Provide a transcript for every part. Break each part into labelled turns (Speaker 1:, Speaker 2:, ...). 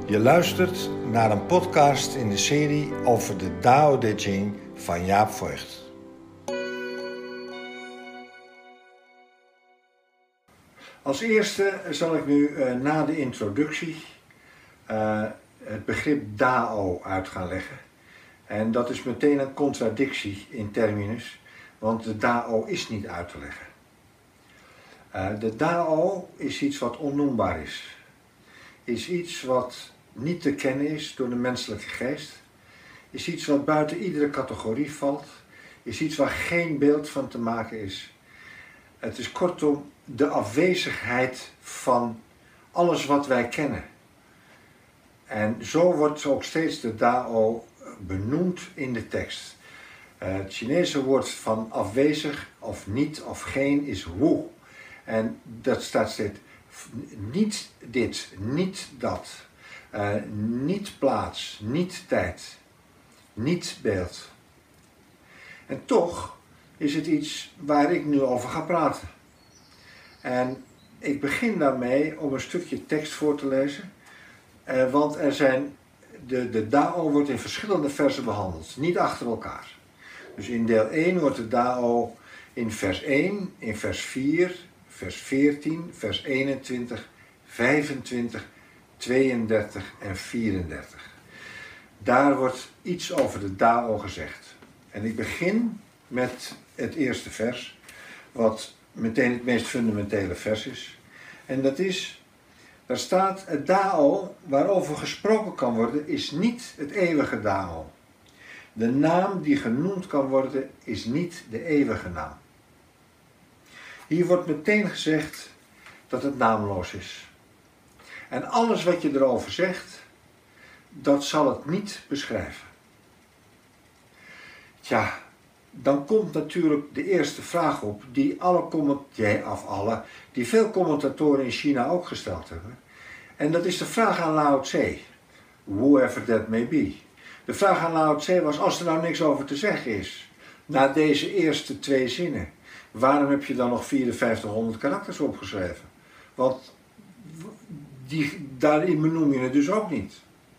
Speaker 1: Je luistert naar een podcast in de serie over de Tao Te Ching van Jaap Voigt. Als eerste zal ik nu na de introductie het begrip Dao uit gaan leggen. En dat is meteen een contradictie in terminus, want de Dao is niet uit te leggen. De Dao is iets wat onnoembaar is. Is iets wat niet te kennen is door de menselijke geest. Is iets wat buiten iedere categorie valt. Is iets waar geen beeld van te maken is. Het is kortom de afwezigheid van alles wat wij kennen. En zo wordt ook steeds de Dao benoemd in de tekst. Het Chinese woord van afwezig of niet of geen is wu. En dat staat steeds niet dit, niet dat, niet plaats, niet tijd, niet beeld. En toch is het iets waar ik nu over ga praten. En ik begin daarmee om een stukje tekst voor te lezen, want de Dao wordt in verschillende versen behandeld, niet achter elkaar. Dus in deel 1 wordt de Dao in vers 1, in vers 4, vers 14, vers 21, 25, 32 en 34. Daar wordt iets over de Dao gezegd. En ik begin met het eerste vers, wat meteen het meest fundamentele vers is. En dat is, daar staat, het Dao waarover gesproken kan worden, is niet het eeuwige Dao. De naam die genoemd kan worden, is niet de eeuwige naam. Hier wordt meteen gezegd dat het naamloos is. En alles wat je erover zegt, dat zal het niet beschrijven. Tja, dan komt natuurlijk de eerste vraag op die veel commentatoren in China ook gesteld hebben. En dat is de vraag aan Lao Tse, whoever that may be. De vraag aan Lao Tse was, als er nou niks over te zeggen is, na deze eerste 2 zinnen, waarom heb je dan nog 5400 karakters opgeschreven? Want daarin benoem je het dus ook niet.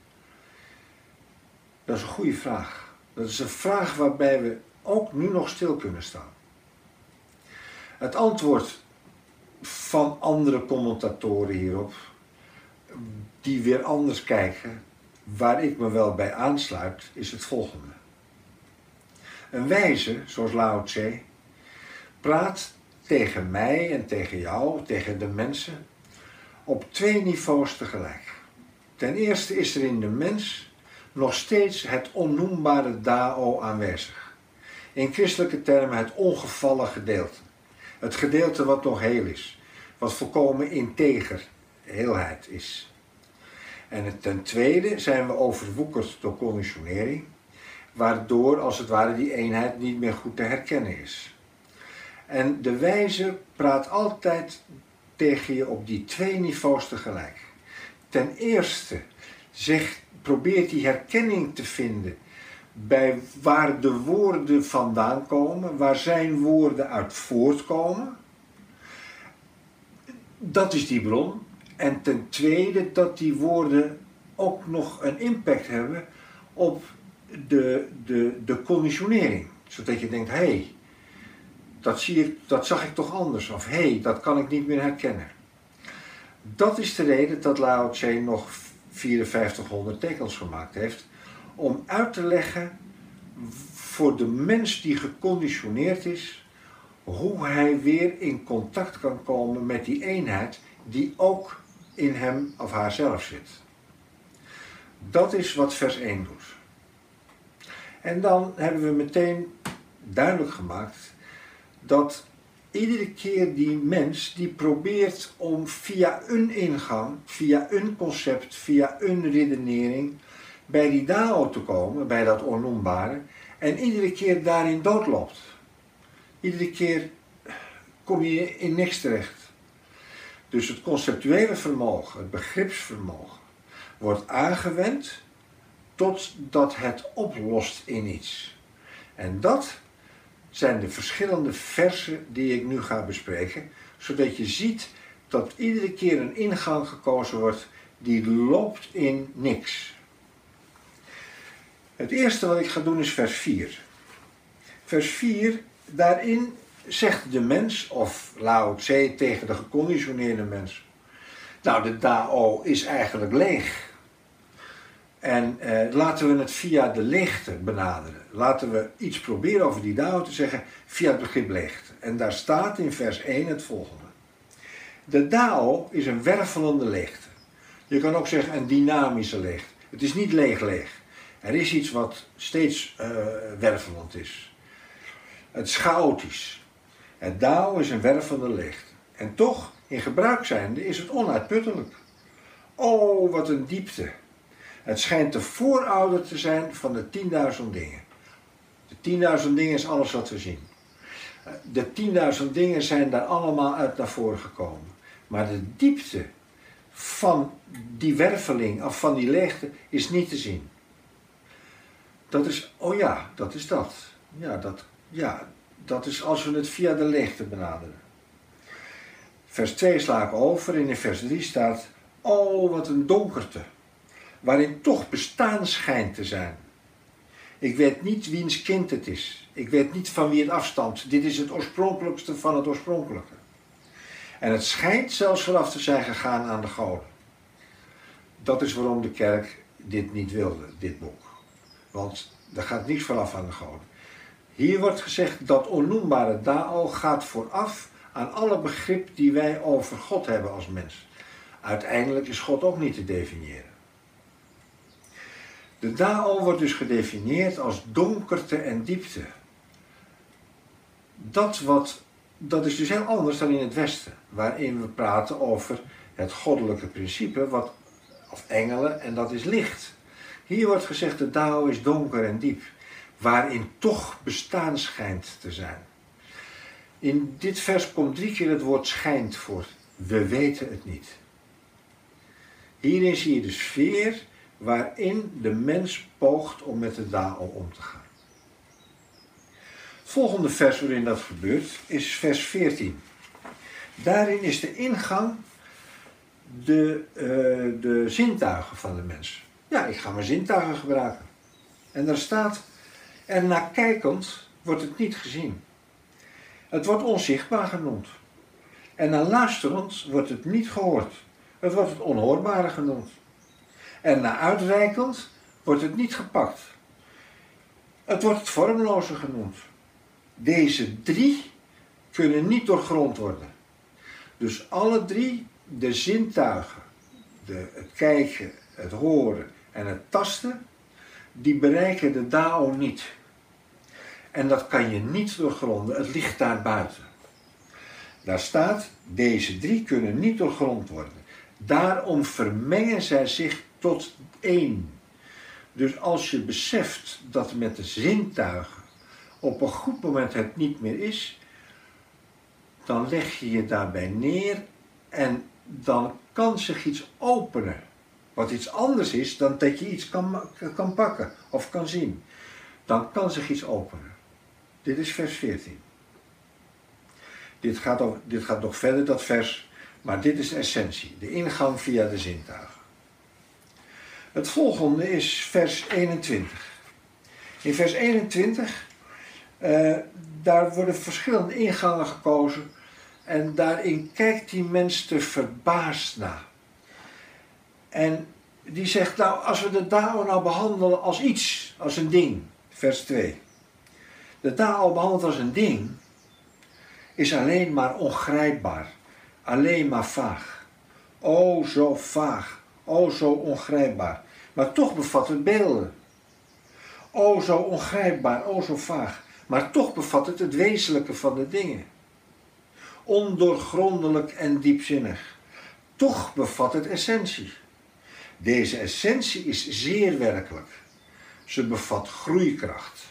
Speaker 1: Dat is een goede vraag. Dat is een vraag waarbij we ook nu nog stil kunnen staan. Het antwoord van andere commentatoren hierop, die weer anders kijken, waar ik me wel bij aansluit, is het volgende. Een wijze, zoals Lao Tse, praat tegen mij en tegen jou, tegen de mensen, op 2 niveaus tegelijk. Ten eerste is er in de mens nog steeds het onnoembare Dao aanwezig. In christelijke termen het ongevallen gedeelte. Het gedeelte wat nog heel is. Wat volkomen integer, heelheid is. En ten tweede zijn we overwoekerd door conditionering, waardoor als het ware die eenheid niet meer goed te herkennen is. En de wijze praat altijd tegen je op die 2 niveaus tegelijk. Ten eerste probeert die herkenning te vinden bij waar de woorden vandaan komen, waar zijn woorden uit voortkomen. Dat is die bron. En ten tweede dat die woorden ook nog een impact hebben op de conditionering. Zodat je denkt, hé, dat zag ik toch anders. Of hé, dat kan ik niet meer herkennen. Dat is de reden dat Lao Tse nog 5400 tekens gemaakt heeft. Om uit te leggen voor de mens die geconditioneerd is, hoe hij weer in contact kan komen met die eenheid die ook in hem of haarzelf zit. Dat is wat vers 1 doet. En dan hebben we meteen duidelijk gemaakt dat iedere keer die mens die probeert om via een ingang, via een concept, via een redenering bij die Dao te komen, bij dat onnoembare, en iedere keer daarin doodloopt. Iedere keer kom je in niks terecht. Dus het conceptuele vermogen, het begripsvermogen, wordt aangewend totdat het oplost in iets. En dat zijn de verschillende versen die ik nu ga bespreken, zodat je ziet dat iedere keer een ingang gekozen wordt die loopt in niks. Het eerste wat ik ga doen is vers 4. Vers 4, daarin zegt de mens, of Lao Tse tegen de geconditioneerde mens, nou, de Dao is eigenlijk leeg. En laten we het via de leegte benaderen. Laten we iets proberen over die Dao te zeggen via het begrip leegte. En daar staat in vers 1 het volgende. De Dao is een wervelende leegte. Je kan ook zeggen een dynamische leegte. Het is niet leeg. Er is iets wat steeds wervelend is. Het is chaotisch. Het Dao is een wervelende leegte. En toch, in gebruik zijnde, is het onuitputtelijk. Oh, wat een diepte. Het schijnt de voorouder te zijn van de 10.000 dingen. De 10.000 dingen is alles wat we zien. De 10.000 dingen zijn daar allemaal uit naar voren gekomen. Maar de diepte van die werveling, of van die leegte, is niet te zien. Dat is, oh ja, dat is dat. Dat is als we het via de leegte benaderen. Vers 2 sla ik over en in vers 3 staat, oh, wat een donkerte, waarin toch bestaan schijnt te zijn. Ik weet niet wiens kind het is. Ik weet niet van wie het afstamt. Dit is het oorspronkelijkste van het oorspronkelijke. En het schijnt zelfs vanaf te zijn gegaan aan de goden. Dat is waarom de kerk dit niet wilde, dit boek. Want er gaat niets vanaf aan de goden. Hier wordt gezegd dat onnoembare Dao gaat vooraf aan alle begrip die wij over God hebben als mens. Uiteindelijk is God ook niet te definiëren. De Dao wordt dus gedefinieerd als donkerte en diepte. Dat is dus heel anders dan in het Westen, waarin we praten over het goddelijke principe, of engelen, en dat is licht. Hier wordt gezegd, de Dao is donker en diep, waarin toch bestaan schijnt te zijn. In dit vers komt 3 keer het woord schijnt voor. We weten het niet. Hierin zie je de sfeer waarin de mens poogt om met de Dao om te gaan. Het volgende vers waarin dat gebeurt is vers 14. Daarin is de ingang de zintuigen van de mens. Ja, ik ga mijn zintuigen gebruiken. En daar staat, en naar kijkend wordt het niet gezien. Het wordt onzichtbaar genoemd. En naar luisterend wordt het niet gehoord. Het wordt het onhoorbare genoemd. En naar uitreikend wordt het niet gepakt. Het wordt het vormloze genoemd. Deze 3 kunnen niet doorgrond worden. Dus alle 3, de zintuigen, het kijken, het horen en het tasten, die bereiken de Dao niet. En dat kan je niet doorgronden, het ligt daar buiten. Daar staat, deze 3 kunnen niet doorgrond worden. Daarom vermengen zij zich tot 1. Dus als je beseft dat met de zintuigen op een goed moment het niet meer is, dan leg je je daarbij neer en dan kan zich iets openen. Wat iets anders is dan dat je iets kan pakken of kan zien. Dan kan zich iets openen. Dit is vers 14. Dit gaat nog verder, dat vers, maar dit is de essentie. De ingang via de zintuigen. Het volgende is vers 21. In vers 21, daar worden verschillende ingangen gekozen. En daarin kijkt die mens te verbaasd naar. En die zegt, nou, als we de Dao nou behandelen als iets, als een ding. Vers 2. De Dao behandeld als een ding is alleen maar ongrijpbaar. Alleen maar vaag. O, zo vaag. O, zo ongrijpbaar. Maar toch bevat het beelden. O, zo ongrijpbaar. O, zo vaag. Maar toch bevat het het wezenlijke van de dingen. Ondoorgrondelijk en diepzinnig. Toch bevat het essentie. Deze essentie is zeer werkelijk. Ze bevat groeikracht.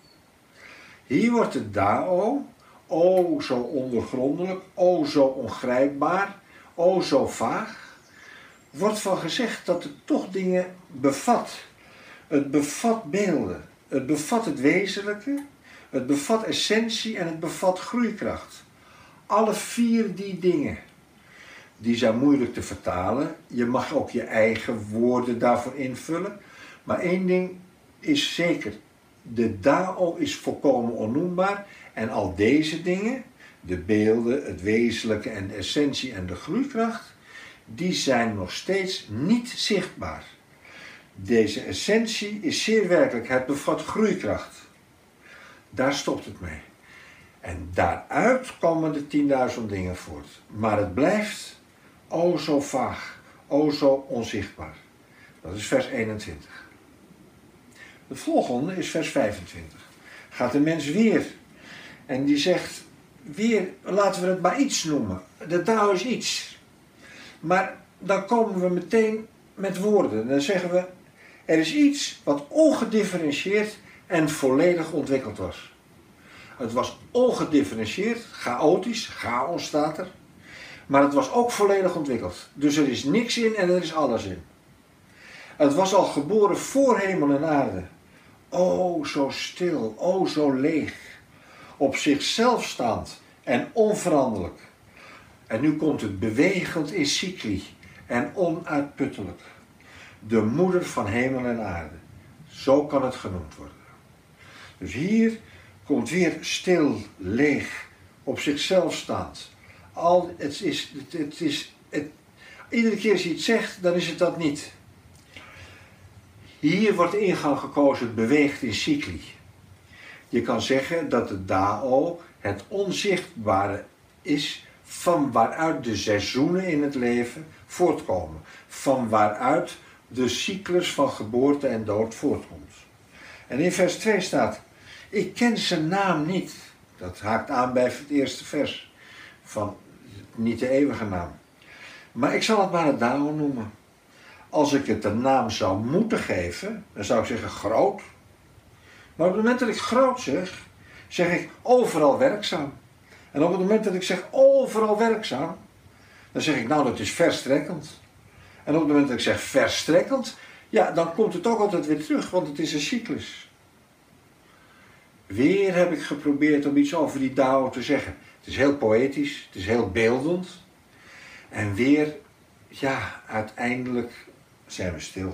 Speaker 1: Hier wordt de Dao, o zo ondoorgrondelijk, o zo ongrijpbaar, o zo vaag, wordt van gezegd dat het toch dingen bevat. Het bevat beelden, het bevat het wezenlijke, het bevat essentie en het bevat groeikracht. Alle 4 die dingen. Die zijn moeilijk te vertalen. Je mag ook je eigen woorden daarvoor invullen. Maar één ding is zeker. De Dao is volkomen onnoembaar. En al deze dingen, de beelden, het wezenlijke en de essentie en de groeikracht, die zijn nog steeds niet zichtbaar. Deze essentie is zeer werkelijk. Het bevat groeikracht. Daar stopt het mee. En daaruit komen de 10.000 dingen voort. Maar het blijft o zo vaag, o zo onzichtbaar. Dat is vers 21. Het volgende is vers 25. Gaat de mens weer. En die zegt, weer, laten we het maar iets noemen. De Tao is iets. Maar dan komen we meteen met woorden. Dan zeggen we, er is iets wat ongedifferentieerd en volledig ontwikkeld was. Het was ongedifferentieerd, chaotisch, chaos staat er. Maar het was ook volledig ontwikkeld. Dus er is niks in en er is alles in. Het was al geboren voor hemel en aarde. O, zo stil, o, zo leeg. Op zichzelf staand en onveranderlijk. En nu komt het bewegend in cycli en onuitputtelijk. De moeder van hemel en aarde. Zo kan het genoemd worden. Dus hier komt weer stil, leeg, op zichzelf staand. Iedere keer als je iets zegt, dan is het dat niet. Hier wordt de ingang gekozen, het beweegt in cycli. Je kan zeggen dat de Dao het onzichtbare is van waaruit de seizoenen in het leven voortkomen. Van waaruit de cyclus van geboorte en dood voortkomt. En in vers 2 staat, ik ken zijn naam niet. Dat haakt aan bij het eerste vers van niet de eeuwige naam. Maar ik zal het maar het Dao noemen. Als ik het een naam zou moeten geven, dan zou ik zeggen groot. Maar op het moment dat ik groot zeg, zeg ik overal werkzaam. En op het moment dat ik zeg overal werkzaam, dan zeg ik nou dat is verstrekkend. En op het moment dat ik zeg verstrekkend, ja dan komt het ook altijd weer terug, want het is een cyclus. Weer heb ik geprobeerd om iets over die Dao te zeggen. Het is heel poëtisch, het is heel beeldend. En weer, ja, uiteindelijk zijn we stil.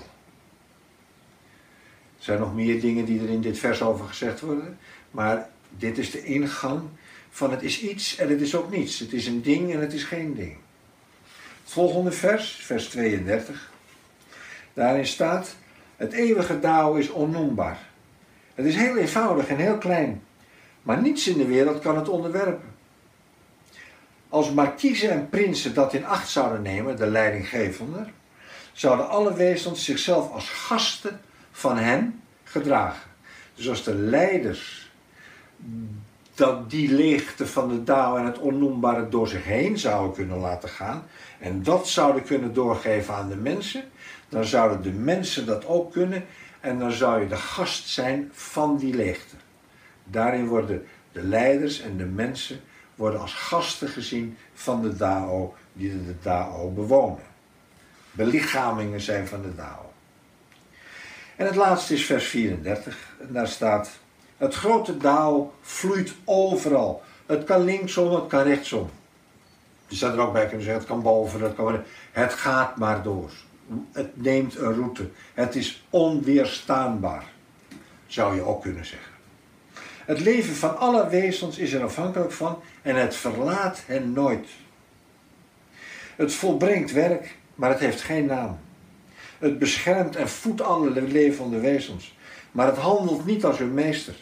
Speaker 1: Er zijn nog meer dingen die er in dit vers over gezegd worden. Maar dit is de ingang van het is iets en het is ook niets. Het is een ding en het is geen ding. Het volgende vers, vers 32. Daarin staat, het eeuwige Dao is onnoembaar. Het is heel eenvoudig en heel klein. Maar niets in de wereld kan het onderwerpen. Als markiezen en prinsen dat in acht zouden nemen, de leidinggevenden, zouden alle wezens zichzelf als gasten van hen gedragen. Dus als de leiders dat die leegte van de Dao en het onnoembare door zich heen zouden kunnen laten gaan en dat zouden kunnen doorgeven aan de mensen, dan zouden de mensen dat ook kunnen en dan zou je de gast zijn van die leegte. Daarin worden de leiders en de mensen worden als gasten gezien van de Dao die de Dao bewonen. Belichamingen zijn van de Dao. En het laatste is vers 34. En daar staat, het grote Dao vloeit overal. Het kan linksom, het kan rechtsom. Je zou er ook bij kunnen zeggen, het kan boven, het kan beneden. Het gaat maar door. Het neemt een route. Het is onweerstaanbaar, zou je ook kunnen zeggen. Het leven van alle wezens is er afhankelijk van en het verlaat hen nooit. Het volbrengt werk, maar het heeft geen naam. Het beschermt en voedt alle levende wezens, maar het handelt niet als hun meester.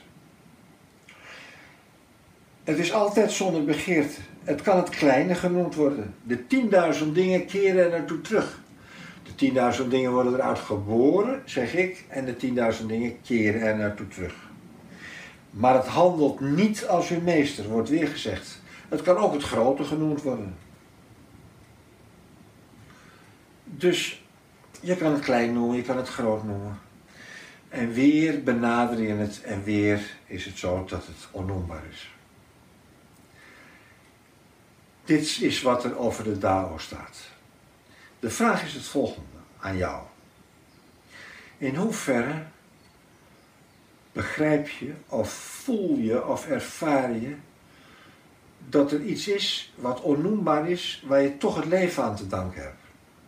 Speaker 1: Het is altijd zonder begeerte. Het kan het kleine genoemd worden. De 10.000 dingen keren er naartoe terug. De 10.000 dingen worden eruit geboren, zeg ik, en de 10.000 dingen keren er naartoe terug. Maar het handelt niet als hun meester, wordt weer gezegd. Het kan ook het grote genoemd worden. Dus je kan het klein noemen, je kan het groot noemen. En weer benader je het en weer is het zo dat het onnoembaar is. Dit is wat er over de Dao staat. De vraag is het volgende aan jou. In hoeverre begrijp je of voel je of ervaar je dat er iets is wat onnoembaar is, waar je toch het leven aan te danken hebt.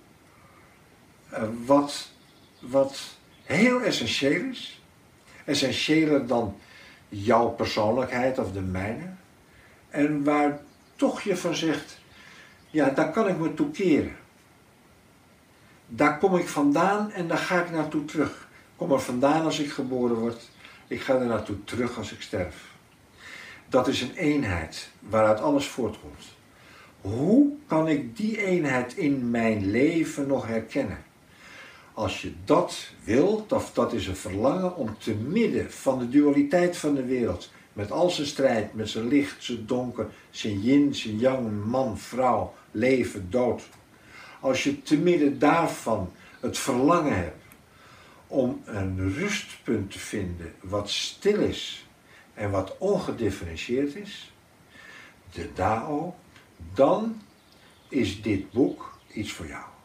Speaker 1: Wat heel essentieel is, essentiëler dan jouw persoonlijkheid of de mijne, en waar toch je van zegt, ja, daar kan ik me toe keren. Daar kom ik vandaan en daar ga ik naartoe terug. Ik kom er vandaan als ik geboren word, ik ga er naartoe terug als ik sterf. Dat is een eenheid waaruit alles voortkomt. Hoe kan ik die eenheid in mijn leven nog herkennen? Als je dat wilt, of dat is een verlangen om te midden van de dualiteit van de wereld, met al zijn strijd, met zijn licht, zijn donker, zijn yin, zijn yang, man, vrouw, leven, dood. Als je te midden daarvan het verlangen hebt om een rustpunt te vinden wat stil is en wat ongedifferentieerd is, de Dao, dan is dit boek iets voor jou.